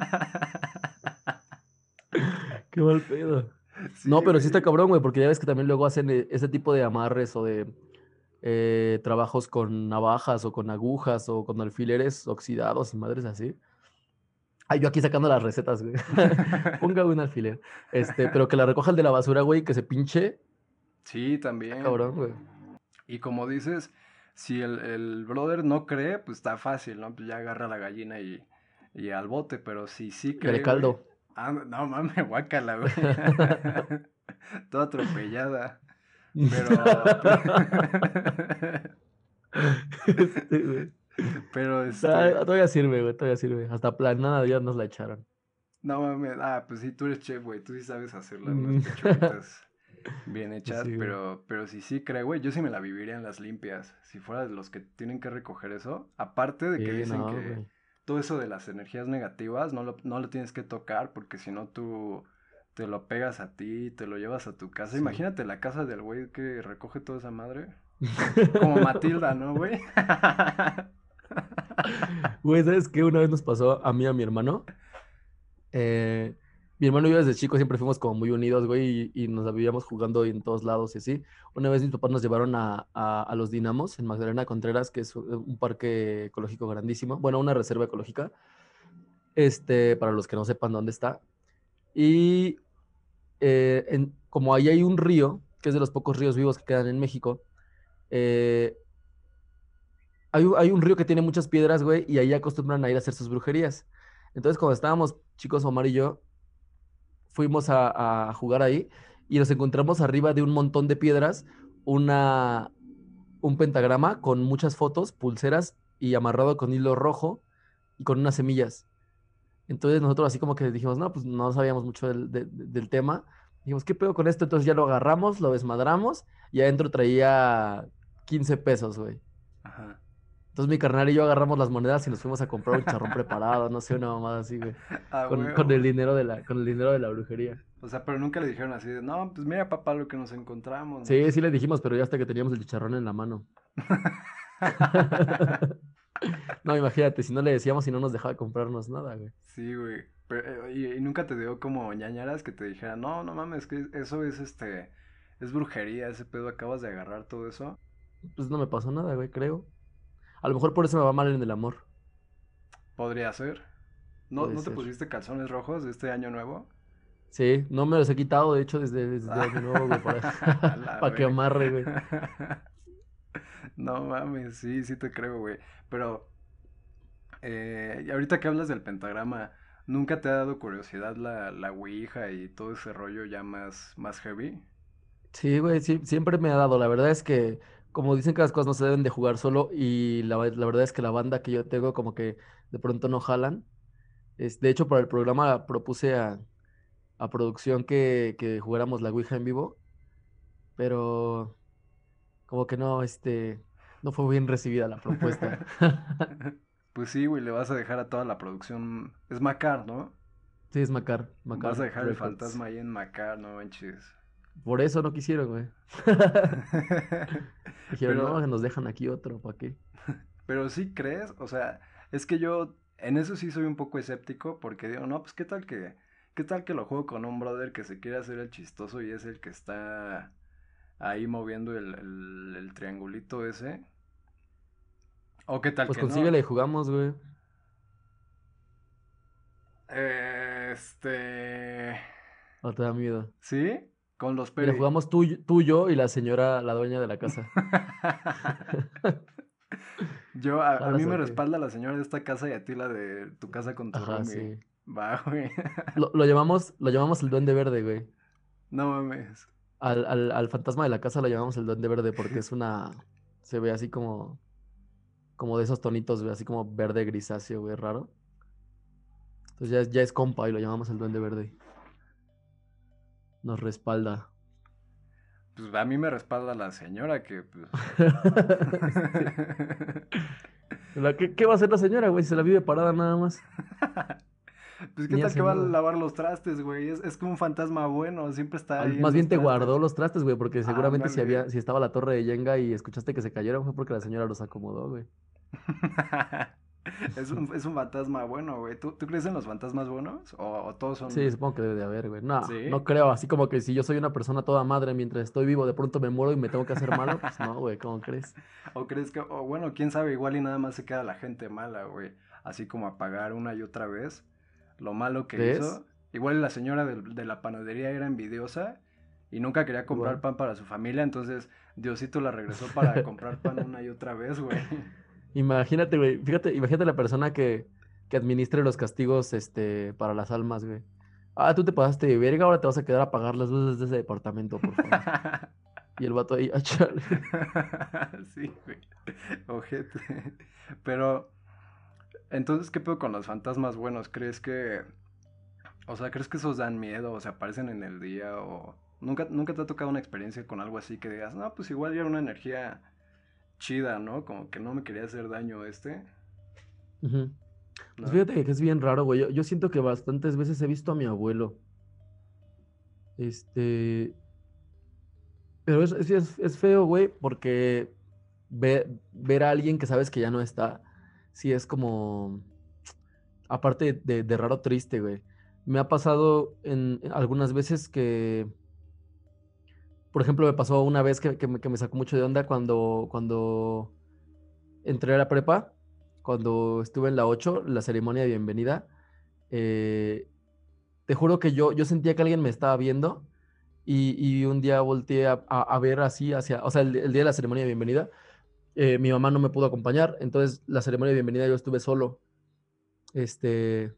Qué mal pedo. No, Sí, pero sí está güey. cabrón, güey, porque ya ves que también luego hacen ese tipo de amarres o de trabajos con navajas o con agujas o con alfileres oxidados y madres así. Ay, yo aquí sacando las recetas, güey. Ponga un alfiler. Pero que la recoja el de la basura, güey, que se pinche. Sí, Está también. cabrón, güey. Y como dices, si el brother no cree, pues está fácil, ¿no? Pues ya agarra la gallina y al bote, pero si sí Y al cree, güey. caldo. Ah, no mames, guácala, güey. Toda atropellada. Pero, Güey. pero Todavía sirve, güey, todavía sirve. Hasta planada ya nos la echaron. no mames, pues sí, tú eres chef, güey, tú sí sabes hacer las Mm. pechuguitas bien Pues hechas, sí, güey. pero si sí creo, güey, yo sí me la viviría en las limpias, si fuera de los que tienen que recoger eso, aparte de que Sí, dicen no, que güey. todo eso de las energías negativas no lo tienes que tocar porque si no tú te lo pegas a ti, te lo llevas a tu casa, Sí. imagínate la casa del güey que recoge toda esa madre, como Matilda, ¿no, güey? Güey, ¿sabes qué? Una vez nos pasó a mí y a mi hermano. Eh, Mi hermano y yo desde chicos siempre fuimos como muy unidos, güey, y nos la vivíamos jugando en todos lados y así. Una vez mis papás nos llevaron a los Dinamos en Magdalena Contreras, que es un parque ecológico grandísimo, bueno, una reserva ecológica, para los que no sepan dónde está. Y como ahí hay un río, que es de los pocos ríos vivos que quedan en México, eh, hay un río que tiene muchas piedras, güey, y ahí acostumbran a ir a hacer sus brujerías. Entonces, cuando estábamos chicos, Omar y yo, fuimos a jugar ahí y nos encontramos arriba de un montón de piedras una, un pentagrama con muchas fotos, pulseras y amarrado con hilo rojo y con unas semillas. Entonces nosotros así como que dijimos, no, pues no sabíamos mucho del tema. Dijimos, ¿qué pedo con esto? Entonces ya lo agarramos, lo desmadramos y adentro traía 15 pesos, güey. Ajá. Entonces mi carnal y yo agarramos las monedas y nos fuimos a comprar un charrón preparado, no sé, una mamada así, güey. Ah, Con el huevo. dinero con el dinero de la brujería. O sea, pero nunca le dijeron así de, no, pues mira, papá, lo que nos encontramos, Sí, nos... sí le dijimos, pero ya hasta que teníamos el chicharrón en la mano. No, imagínate, si no le decíamos y no nos dejaba comprarnos nada, güey. Sí, güey. Pero, y nunca te dio como ñañaras que te dijeran, no, no mames, que eso es es brujería, ese pedo, acabas de agarrar todo eso. Pues no me pasó nada, güey, creo. A lo mejor por eso me va mal en el amor. Podría ser. ¿No, Puede no te ser. pusiste calzones rojos de este año nuevo? Sí, no me los he quitado, de hecho, desde Año Nuevo, güey, para, A la para que verga. amarre, güey. No mames, sí, sí te creo, güey. Pero, y ahorita que hablas del pentagrama, ¿nunca te ha dado curiosidad la Ouija y todo ese rollo ya más heavy? Sí, güey, sí, siempre me ha dado. La verdad es que, como dicen que las cosas no se deben de jugar solo, y la verdad es que la banda que yo tengo como que de pronto no jalan. De hecho, para el programa propuse a producción que jugáramos la Ouija en vivo, pero como que no, no fue bien recibida la propuesta. Pues sí, güey, le vas a dejar a toda la producción. Es Macar, ¿no? Sí, es Vas a Macar dejar el Records. fantasma ahí en Macar, no manches. Por eso no quisieron, güey. Dijeron, no, Pero, que nos dejan aquí otro, ¿para qué? pero sí crees, o sea, es que yo en eso sí soy un poco escéptico porque digo, no, pues qué tal que lo juego con un brother que se quiere hacer el chistoso y es el que está ahí moviendo el triangulito ese. O qué tal Pues que no. consíguele y jugamos, güey. Este... No te da miedo. ¿Sí? Con los Mira, Peri. jugamos tú, yo y la señora, la dueña de la casa. A mí ¿Jalas me o qué? respalda la señora de esta casa y a ti la de tu casa con tu Ajá, roomie. sí. Va, güey. Lo llamamos el Duende Verde, güey. No mames. Al fantasma de la casa lo llamamos el Duende Verde porque se ve así como de esos tonitos, güey, así como verde grisáceo, güey, raro. Entonces ya es compa y lo llamamos el Duende Verde. Nos respalda. Pues a mí me respalda la señora que, pues... Sí. ¿Qué va a hacer la señora, güey? Si se la vive parada nada más. Pues qué Ni tal que hace va a nada. lavar los trastes, güey. Es como un fantasma bueno, siempre está ahí en Más los bien te trastes. guardó los trastes, güey, porque seguramente Ándale. si estaba la torre de Jenga y escuchaste que se cayeron fue porque la señora los acomodó, güey. Es un fantasma bueno, güey. ¿Tú crees en los fantasmas buenos? O todos Sí, son... supongo que debe de haber, güey. No, ¿Sí? no creo. Así como que si yo soy una persona toda madre mientras estoy vivo, de pronto me muero y me tengo que hacer malo, pues no, güey, ¿cómo crees? ¿O crees que, o bueno, quién sabe, igual y nada más se queda la gente mala, güey? Así como a pagar una y otra vez lo malo que ¿Crees? hizo. Igual la señora de la panadería era envidiosa y nunca quería comprar Igual. pan para su familia, entonces Diosito la regresó para comprar pan una y otra vez, güey. Imagínate, güey. Fíjate, imagínate la persona que administre los castigos, para las almas, güey. Ah, tú te pasaste de verga, ahora te vas a quedar a pagar las luces de ese departamento, por favor. Y el vato ahí, ah, chale. Sí, güey. Ojete. Pero, entonces, ¿qué pedo con los fantasmas buenos? O sea, ¿crees que esos dan miedo o se aparecen en el día o nunca te ha tocado una experiencia con algo así que digas, no, pues igual ya era una energía chida, ¿no? Como que no me quería hacer daño este, Ujú. Pues ¿no? fíjate que es bien raro, güey. Yo siento que bastantes veces he visto a mi abuelo. Este, pero es feo, güey, porque ver a alguien que sabes que ya no está, sí es como, aparte de raro triste, güey. Me ha pasado en algunas veces que, por ejemplo, me pasó una vez que me sacó mucho de onda cuando entré a la prepa, cuando estuve en la 8 la ceremonia de bienvenida. eh, Te juro que yo sentía que alguien me estaba viendo y un día volteé a ver así hacia, o sea, el día de la ceremonia de bienvenida, mi mamá no me pudo acompañar, entonces la ceremonia de bienvenida yo estuve solo, este,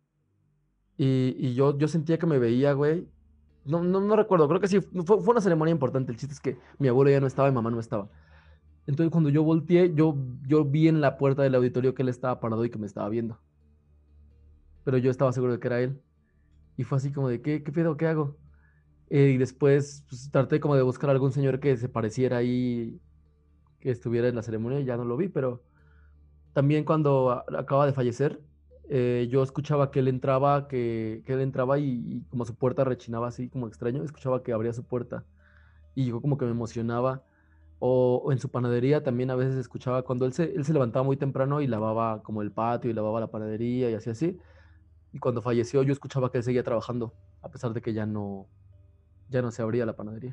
y yo sentía que me veía, güey. No recuerdo, creo que sí, fue una ceremonia importante. El chiste es que mi abuelo ya no estaba y mi mamá no estaba. Entonces cuando yo volteé, yo vi en la puerta del auditorio que él estaba parado y que me estaba viendo, pero yo estaba seguro de que era él. Y fue así como de, ¿qué pedo? ¿Qué hago? Y después pues, traté como de buscar algún señor que se pareciera ahí, que estuviera en la ceremonia y ya no lo vi, pero también cuando acaba de fallecer, yo escuchaba que él entraba, que él entraba y como su puerta rechinaba así como extraño, escuchaba que abría su puerta y yo como que me emocionaba. O en su panadería también a veces escuchaba cuando él se levantaba muy temprano y lavaba como el patio y lavaba la panadería y así así. Y cuando falleció yo escuchaba que él seguía trabajando, a pesar de que ya no se abría la panadería.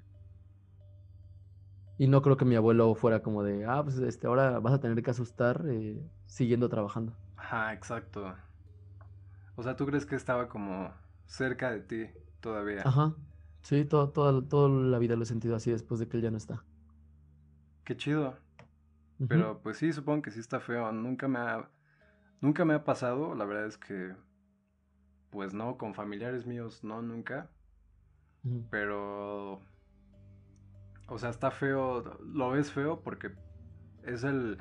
Y no creo que mi abuelo fuera como de, pues ahora vas a tener que asustar siguiendo trabajando. Ajá, exacto. O sea, ¿tú crees que estaba como cerca de ti todavía? Ajá, sí, toda la vida lo he sentido así después de que él ya no está. Qué chido. Ujú, Pero pues sí, supongo que sí está feo. Nunca me ha pasado. La verdad es que, pues no, con familiares míos no, nunca. ujú. Pero, o sea, está feo. Lo ves feo porque es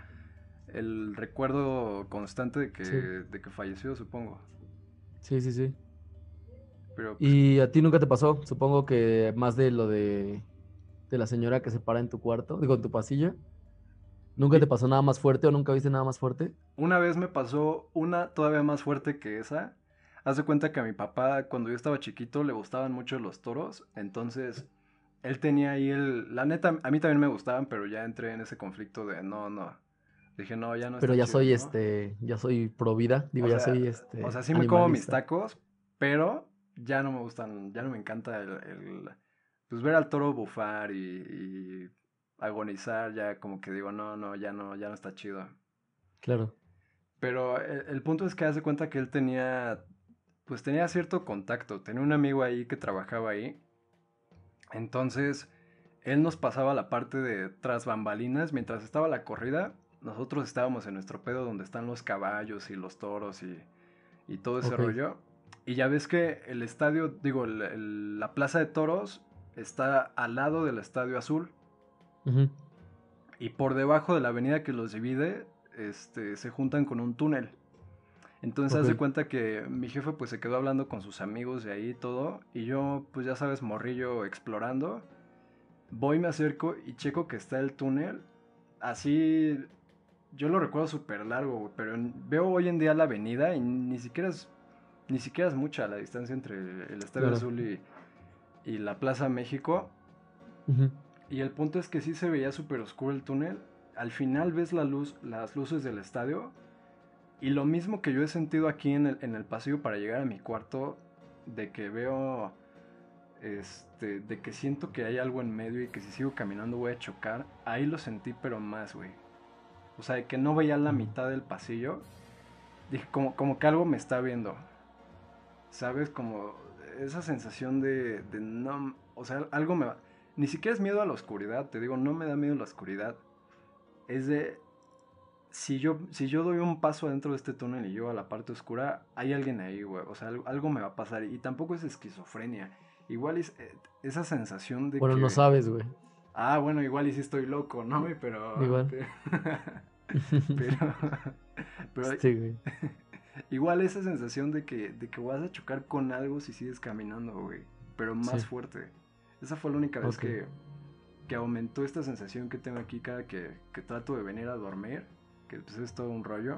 el recuerdo constante de que, Sí, de que falleció, supongo. sí, sí, sí. Pero pues ¿Y a ti nunca te pasó? Supongo que más de lo de la señora que se para en tu cuarto, digo, en tu pasillo. ¿Nunca te y pasó nada más fuerte o nunca viste nada más fuerte? una vez me pasó una todavía más fuerte que esa. Haz de cuenta que a mi papá, cuando yo estaba chiquito, le gustaban mucho los toros. Entonces, él tenía ahí el... La neta, a mí también me gustaban, pero ya entré en ese conflicto de no, no. Dije, no, ya no Pero está chido, ¿no? ya soy pro vida, digo, O ya sea, soy o sea, sí me como mis animalista. tacos, pero ya no me gustan, ya no me encanta pues ver al toro bufar y agonizar, ya como que digo, no, no, ya no está chido. Claro. Pero el punto es que haz de cuenta que él pues tenía cierto contacto, tenía un amigo ahí que trabajaba ahí, entonces él nos pasaba la parte de tras bambalinas, mientras estaba la corrida, nosotros estábamos en nuestro pedo donde están los caballos y los toros y todo ese Ok. rollo. Y ya ves que el estadio, digo, la plaza de toros está al lado del Estadio Azul Ujú. y por debajo de la avenida que los divide, se juntan con un túnel. Entonces Ok. hace cuenta que mi jefe pues se quedó hablando con sus amigos de ahí y todo. Y yo pues ya sabes, morrillo explorando. Voy, me acerco y checo que está el túnel. Así, yo lo recuerdo súper largo, güey, pero veo hoy en día la avenida y ni siquiera es mucha la distancia entre el Estadio Claro. Azul y la Plaza México. Ujú. Y el punto es que sí se veía súper oscuro el túnel. Al final ves las luces del estadio. Y lo mismo que yo he sentido aquí en el pasillo para llegar a mi cuarto, de que veo, de que siento que hay algo en medio y que si sigo caminando voy a chocar, ahí lo sentí pero más, güey. O sea, de que no veía la Ujú. mitad del pasillo, dije como que algo me está viendo, ¿sabes? Como esa sensación de no, o sea, algo me va... Ni siquiera es miedo a la oscuridad, te digo, no me da miedo la oscuridad. Es de, si yo doy un paso adentro de este túnel y yo a la parte oscura, hay alguien ahí, güey. O sea, algo me va a pasar. Y tampoco es esquizofrenia. Igual es esa sensación de Bueno, no que... sabes, güey. Bueno, igual y sí estoy loco, ¿no? Pero... Igual. Pero... pero Sí, güey. igual esa sensación de que vas a chocar con algo si sigues caminando, güey. Pero más Sí. fuerte. Esa fue la única vez Ok. que aumentó esta sensación que tengo aquí cada que trato de venir a dormir. Que pues es todo un rollo.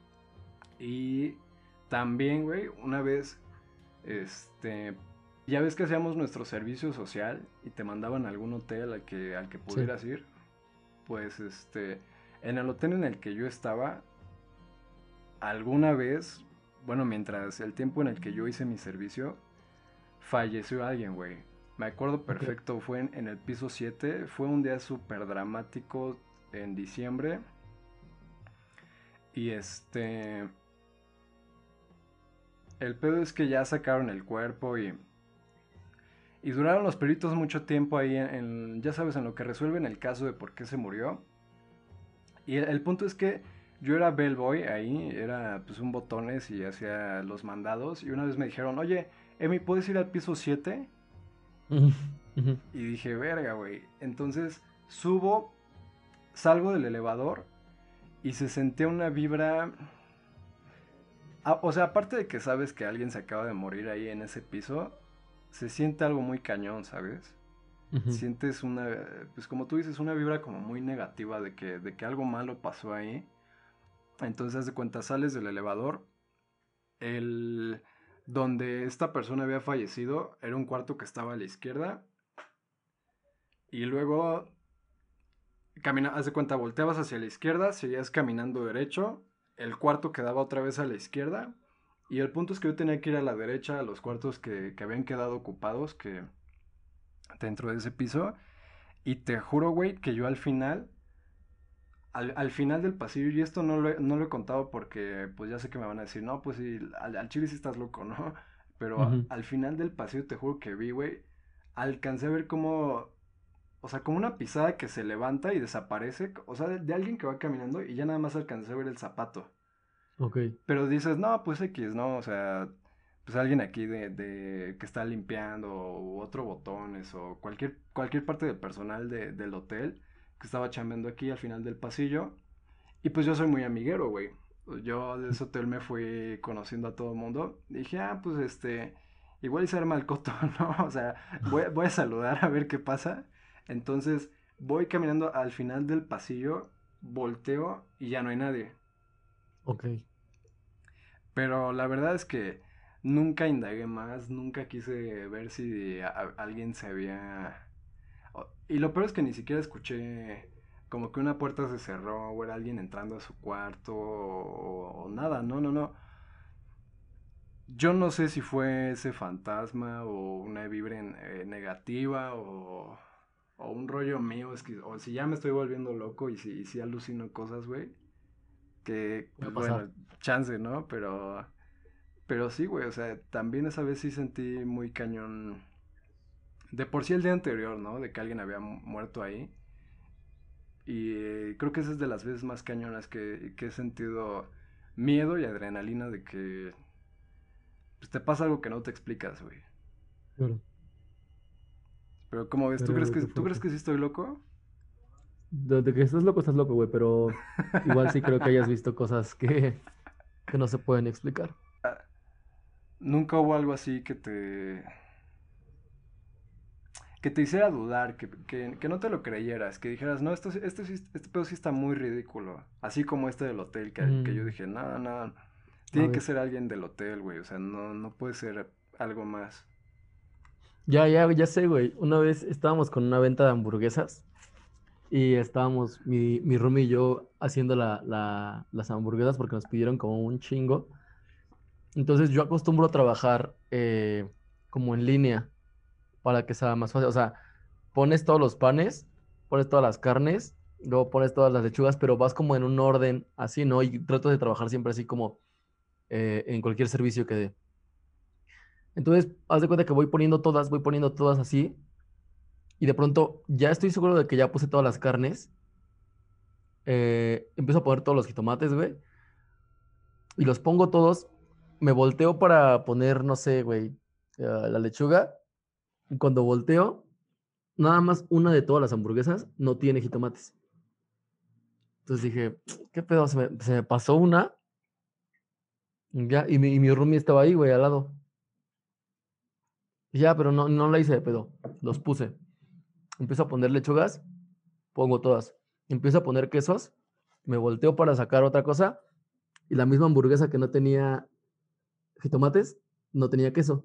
Y también, güey, una vez, este, ya ves que hacíamos nuestro servicio social y te mandaban a algún hotel al que Sí. pudieras ir. Pues, en el hotel en el que yo estaba, alguna vez, bueno, mientras el tiempo en el que yo hice mi servicio, falleció alguien, güey. Me acuerdo Ok. perfecto, fue en el piso 7, fue un día súper dramático en diciembre. Y el pedo es que ya sacaron el cuerpo Y duraron los peritos mucho tiempo ahí ya sabes, en lo que resuelven el caso de por qué se murió. Y el punto es que yo era bellboy ahí, era pues un botones y hacía los mandados. Y una vez me dijeron, oye, Emi, ¿puedes ir al piso 7? Ujú, ujú. Y dije, verga, güey. Entonces subo, salgo del elevador y se sentía una vibra. O sea, aparte de que sabes que alguien se acaba de morir ahí en ese piso, se siente algo muy cañón, ¿sabes? Ujú. Sientes pues como tú dices, una vibra como muy negativa de que algo malo pasó ahí. Entonces, haz de cuenta, sales del elevador, el donde esta persona había fallecido era un cuarto que estaba a la izquierda y luego haz de cuenta, volteabas hacia la izquierda, seguías caminando derecho, el cuarto quedaba otra vez a la izquierda y el punto es que yo tenía que ir a la derecha a los cuartos que habían quedado ocupados que dentro de ese piso y te juro, güey, que yo al final del pasillo, y esto no lo he contado porque pues ya sé que me van a decir, no, pues sí, al chile sí estás loco, ¿no? Pero Ujú. al final del pasillo te juro que vi, güey, alcancé a ver cómo, o sea, como una pisada que se levanta y desaparece, o sea, de alguien que va caminando y ya nada más alcancé a ver el zapato. Ok. Pero dices, no, pues X, ¿no? O sea, pues alguien aquí que está limpiando o otro botones o cualquier parte del personal del hotel que estaba chambeando aquí al final del pasillo. Y pues yo soy muy amiguero, güey. Yo de ese hotel me fui conociendo a todo el mundo. Dije, pues igual y se arma el coto, ¿no? O sea, voy a saludar a ver qué pasa. Entonces voy caminando al final del pasillo, volteo y ya no hay nadie. Ok. Pero la verdad es que nunca indagué más, nunca quise ver si alguien se había... Y lo peor es que ni siquiera escuché como que una puerta se cerró o era alguien entrando a su cuarto o nada, no, no, no. Yo no sé si fue ese fantasma o una vibra negativa o un rollo mío, o si ya me estoy volviendo loco y si alucino cosas, güey. Que, Puede pues pasar. bueno, chance, ¿no? Pero sí, güey, o sea, también esa vez sí sentí muy cañón. De por sí el día anterior, ¿no? De que alguien había muerto ahí. Y creo que esa es de las veces más cañonas que he sentido miedo y adrenalina de que pues, te pasa algo que no te explicas, güey. Claro. Pero ¿cómo ves? Pero, güey, qué ¿Tú crees fuerte. que sí estoy loco? De que estás loco, güey, pero igual sí creo que hayas visto cosas que no se pueden explicar. Nunca hubo algo así que te hiciera dudar, que no te lo creyeras, que dijeras, no, este pedo sí está muy ridículo. Así como este del hotel, que yo Mm, dije, no, no, a tiene que ver. ser alguien del hotel, güey, o sea, no puede ser algo más. Ya sé, güey. Una vez estábamos con una venta de hamburguesas y estábamos mi roomie y yo haciendo las hamburguesas porque nos pidieron como un chingo. Entonces yo acostumbro a trabajar como en línea para que sea más fácil. O sea, pones todos los panes, pones todas las carnes, luego pones todas las lechugas, pero vas como en un orden así, ¿no? Y trato de trabajar siempre así como en cualquier servicio que dé. Entonces, haz de cuenta que voy poniendo todas así, y de pronto ya estoy seguro de que ya puse todas las carnes. Empiezo a poner todos los jitomates, güey, y los pongo todos. Me volteo para poner, no sé, güey, la lechuga. Y cuando volteo, nada más una de todas las hamburguesas no tiene jitomates. Entonces dije, ¿qué pedo? Se me pasó una. Y ya, y mi roomie estaba ahí, güey, al lado. Y ya, pero no la hice de pedo. Los puse. Empiezo a poner lechugas, pongo todas. Empiezo a poner quesos, me volteo para sacar otra cosa. Y la misma hamburguesa que no tenía jitomates, no tenía queso.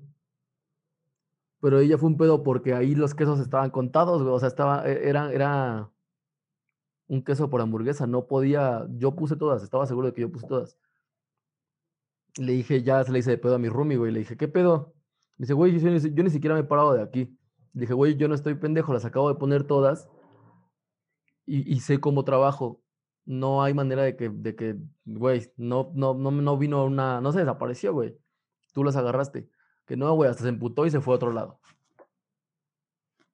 Pero ella fue un pedo porque ahí los quesos estaban contados, güey. O sea, era un queso por hamburguesa. No podía, yo puse todas, estaba seguro de que yo puse todas. Le dije, ya se le hice de pedo a mi roomie, güey. Le dije, ¿qué pedo? Me dice, güey, yo ni siquiera me he parado de aquí. Le dije, güey, yo no estoy pendejo, las acabo de poner todas y sé cómo trabajo. No hay manera güey, no vino una, no se desapareció, güey. Tú las agarraste. Que no, güey, hasta se emputó y se fue a otro lado.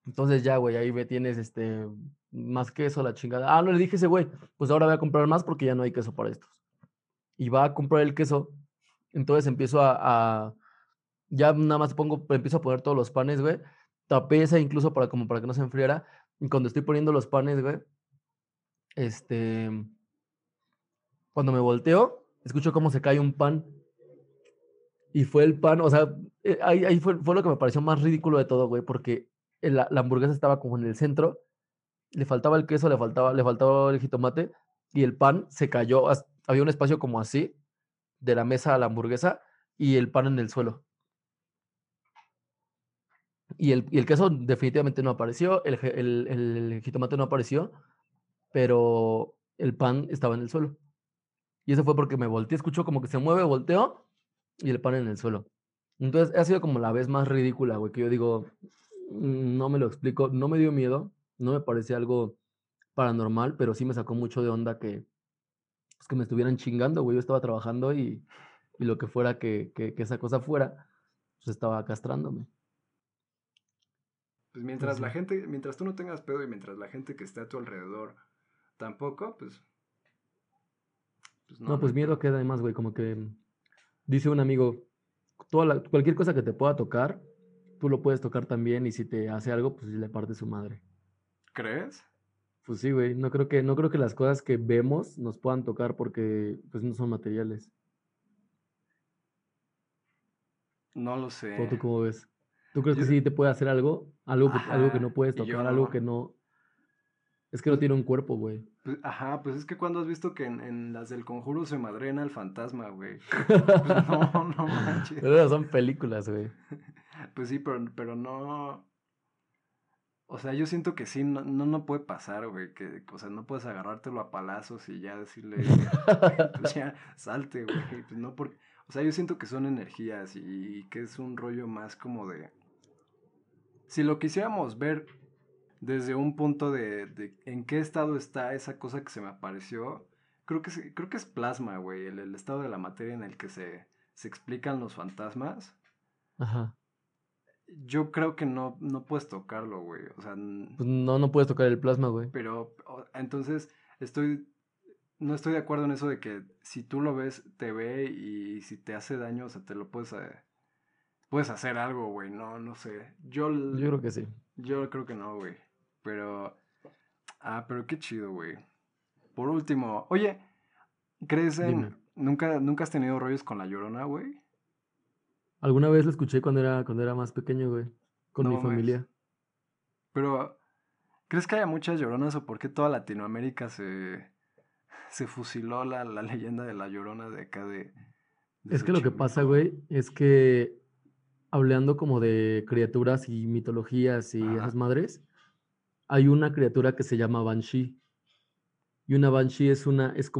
Entonces ya, güey, ahí me tienes, más queso, la chingada. Ah, no, le dije a ese güey, pues ahora voy a comprar más porque ya no hay queso para estos. Y va a comprar el queso. Entonces empiezo ya nada más empiezo a poner todos los panes, güey. Tapé esa incluso como para que no se enfriara. Y cuando estoy poniendo los panes, güey, este, cuando me volteo, escucho cómo se cae un pan. Y fue el pan, o sea, ahí fue lo que me pareció más ridículo de todo, güey, porque la hamburguesa estaba como en el centro, le faltaba el queso, le faltaba el jitomate, y el pan se cayó, había un espacio como así, de la mesa a la hamburguesa, y el pan en el suelo. Y el queso definitivamente no apareció, el jitomate no apareció, pero el pan estaba en el suelo. Y eso fue porque me volteé, escucho como que se mueve, volteo, y el pan en el suelo. Entonces, ha sido como la vez más ridícula, güey, que yo digo, no me lo explico, no me dio miedo, no me parecía algo paranormal, pero sí me sacó mucho de onda pues, que me estuvieran chingando, güey. Yo estaba trabajando y lo que fuera que esa cosa fuera, pues estaba castrándome. Pues Pues mientras la sí. gente, mientras tú no tengas pedo y mientras la gente que esté a tu alrededor tampoco, pues no, No, no pues hay miedo pedo. queda además, güey, como que dice un amigo, cualquier cosa que te pueda tocar, tú lo puedes tocar también y si te hace algo, pues le parte su madre. ¿Crees? Pues sí, güey, no creo que las cosas que vemos nos puedan tocar porque pues no son materiales. No lo ¿O tú sé. cómo ves? ¿Tú crees que Yo, sí te puede hacer algo? Algo que no ajá, puedes y yo tocar, algo no. que no. Es que no Pues, tiene un cuerpo, güey. ajá, pues es que cuando has visto que en las del conjuro se madrena el fantasma, güey. Pues no, no manches. Pero esas son películas, güey. Pues sí, pero no. O sea, yo siento que sí, no, no, no puede pasar, güey. Que, o sea, no puedes agarrártelo a palazos y ya decirle, pues ya, salte, güey. Pues no, porque. O sea, yo siento que son energías y que es un rollo más como de. Si lo quisiéramos ver desde un punto de en qué estado está esa cosa que se me apareció, creo que es plasma, güey, el estado de la materia en el que se explican los fantasmas. Ajá. Yo creo que no, no puedes tocarlo, güey. O sea, Pues no, no puedes tocar el plasma, güey. pero entonces no estoy de acuerdo en eso de que si tú lo ves, te ve y si te hace daño, o sea, te lo puedes hacer algo, güey. No, no sé. Yo creo que sí. Yo creo que no, güey. Pero, pero qué chido, güey. Por último, oye, ¿crees Dime. nunca has tenido rollos con la Llorona, güey? Alguna vez lo escuché cuando era más pequeño, güey. Con No mi mames. familia. Pero, ¿crees que haya muchas Lloronas o por qué toda Latinoamérica se fusiló la leyenda de la Llorona de acá de Es que lo que pasa, Xochimilco? güey, es que hablando como de criaturas y mitologías y esas Ajá, madres, hay una criatura que se llama Banshee. Y una Banshee es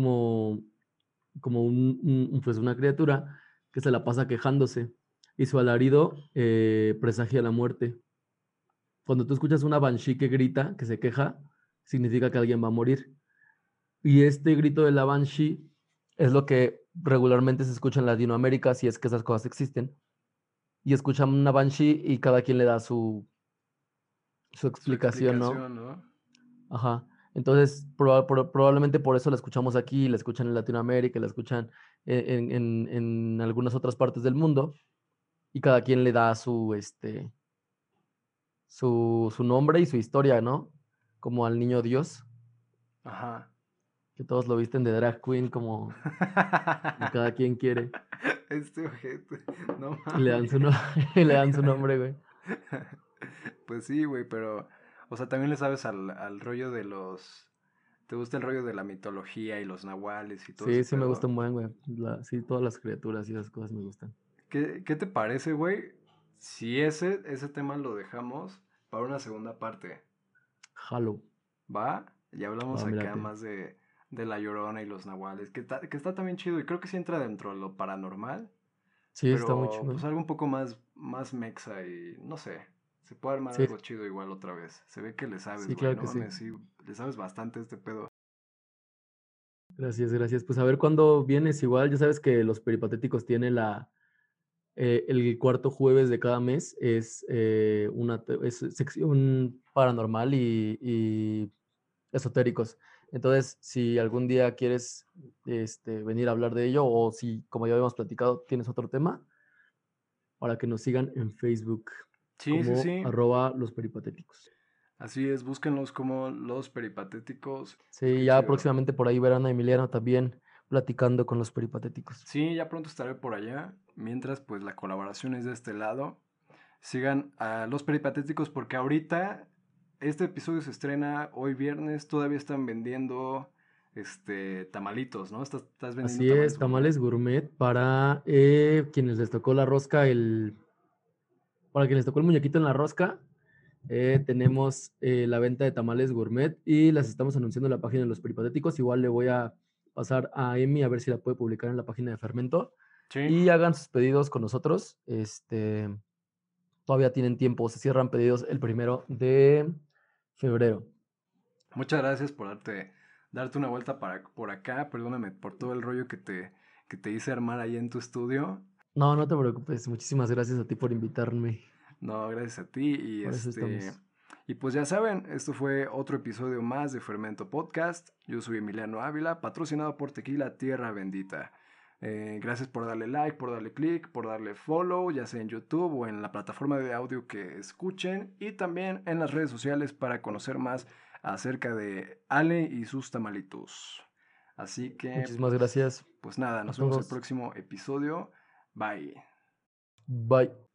como pues una criatura que se la pasa quejándose. Y su alarido presagia la muerte. Cuando tú escuchas una Banshee que grita, que se queja, significa que alguien va a morir. Y este grito de la Banshee es lo que regularmente se escucha en Latinoamérica, si es que esas cosas existen. Y escuchan una Banshee y cada quien le da su su explicación, ¿no? explicación, ¿no? Ajá. Entonces, probablemente por eso la escuchamos aquí, la escuchan en Latinoamérica, la escuchan en algunas otras partes del mundo, y cada quien le da su nombre y su historia, ¿no? Como al niño Dios, Ajá. que todos lo visten de drag queen como cada quien quiere, Este ojete, no y le dan mames. su, no- y le dan su nombre, güey. Pues sí, güey, pero, o sea, también le sabes al rollo de los. ¿Te gusta el rollo de la mitología y los nahuales y todo ese Sí, sí me gusta pedo? un buen, güey. Sí, todas las criaturas y esas cosas me gustan. ¿Qué te parece, güey? Si ese tema lo dejamos para una segunda parte, Halo. ¿va? Y hablamos Va, acá mírate. más de la Llorona y los nahuales, que está también chido y creo que sí entra dentro de lo paranormal, Sí, está muy pero pues chingón. algo un poco más mexa y no sé, se puede armar Sí, algo chido igual otra vez. Se ve que le sabes, sí, güey, claro no que sí. mames, sí, le sabes bastante a este pedo. Gracias, gracias. Pues a ver cuándo vienes igual. Ya sabes que los peripatéticos tienen el cuarto jueves de cada mes es es sección paranormal y esotéricos. Entonces, si algún día quieres venir a hablar de ello o si, como ya habíamos platicado, tienes otro tema, para que nos sigan en Facebook Sí, sí, como sí. @losperipatéticos. Así es, búsquenlos como los peripatéticos. Sí, Qué ya chido. próximamente por ahí verán a Emiliano también platicando con los peripatéticos. Sí, ya pronto estaré por allá. Mientras, pues la colaboración es de este lado. Sigan a los peripatéticos porque ahorita este episodio se estrena hoy viernes. Todavía están vendiendo tamalitos, ¿no? Estás vendiendo Así es, tamales gourmet. tamales gourmet para quienes les tocó la rosca, para quienes les tocó el muñequito en la rosca. Tenemos la venta de tamales gourmet y las estamos anunciando en la página de los peripatéticos. Igual le voy a pasar a Emi a ver si la puede publicar en la página de Fermento Sí. y hagan sus pedidos con nosotros. Todavía tienen tiempo, se cierran pedidos el 1 de febrero. Muchas gracias por darte una vuelta por acá. Perdóname por todo el rollo que te hice armar ahí en tu estudio. No, no te preocupes. Muchísimas gracias a ti por invitarme. No, gracias a ti. Por eso estamos. Y pues ya saben, esto fue otro episodio más de Fermento Podcast. Yo soy Emiliano Ávila, patrocinado por Tequila Tierra Bendita. Gracias por darle like, por darle click, por darle follow, ya sea en YouTube o en la plataforma de audio que escuchen. Y también en las redes sociales para conocer más acerca de Ale y sus tamalitos. Así que, Muchísimas gracias pues nada, a nos vemos el todos. próximo episodio. Bye. Bye.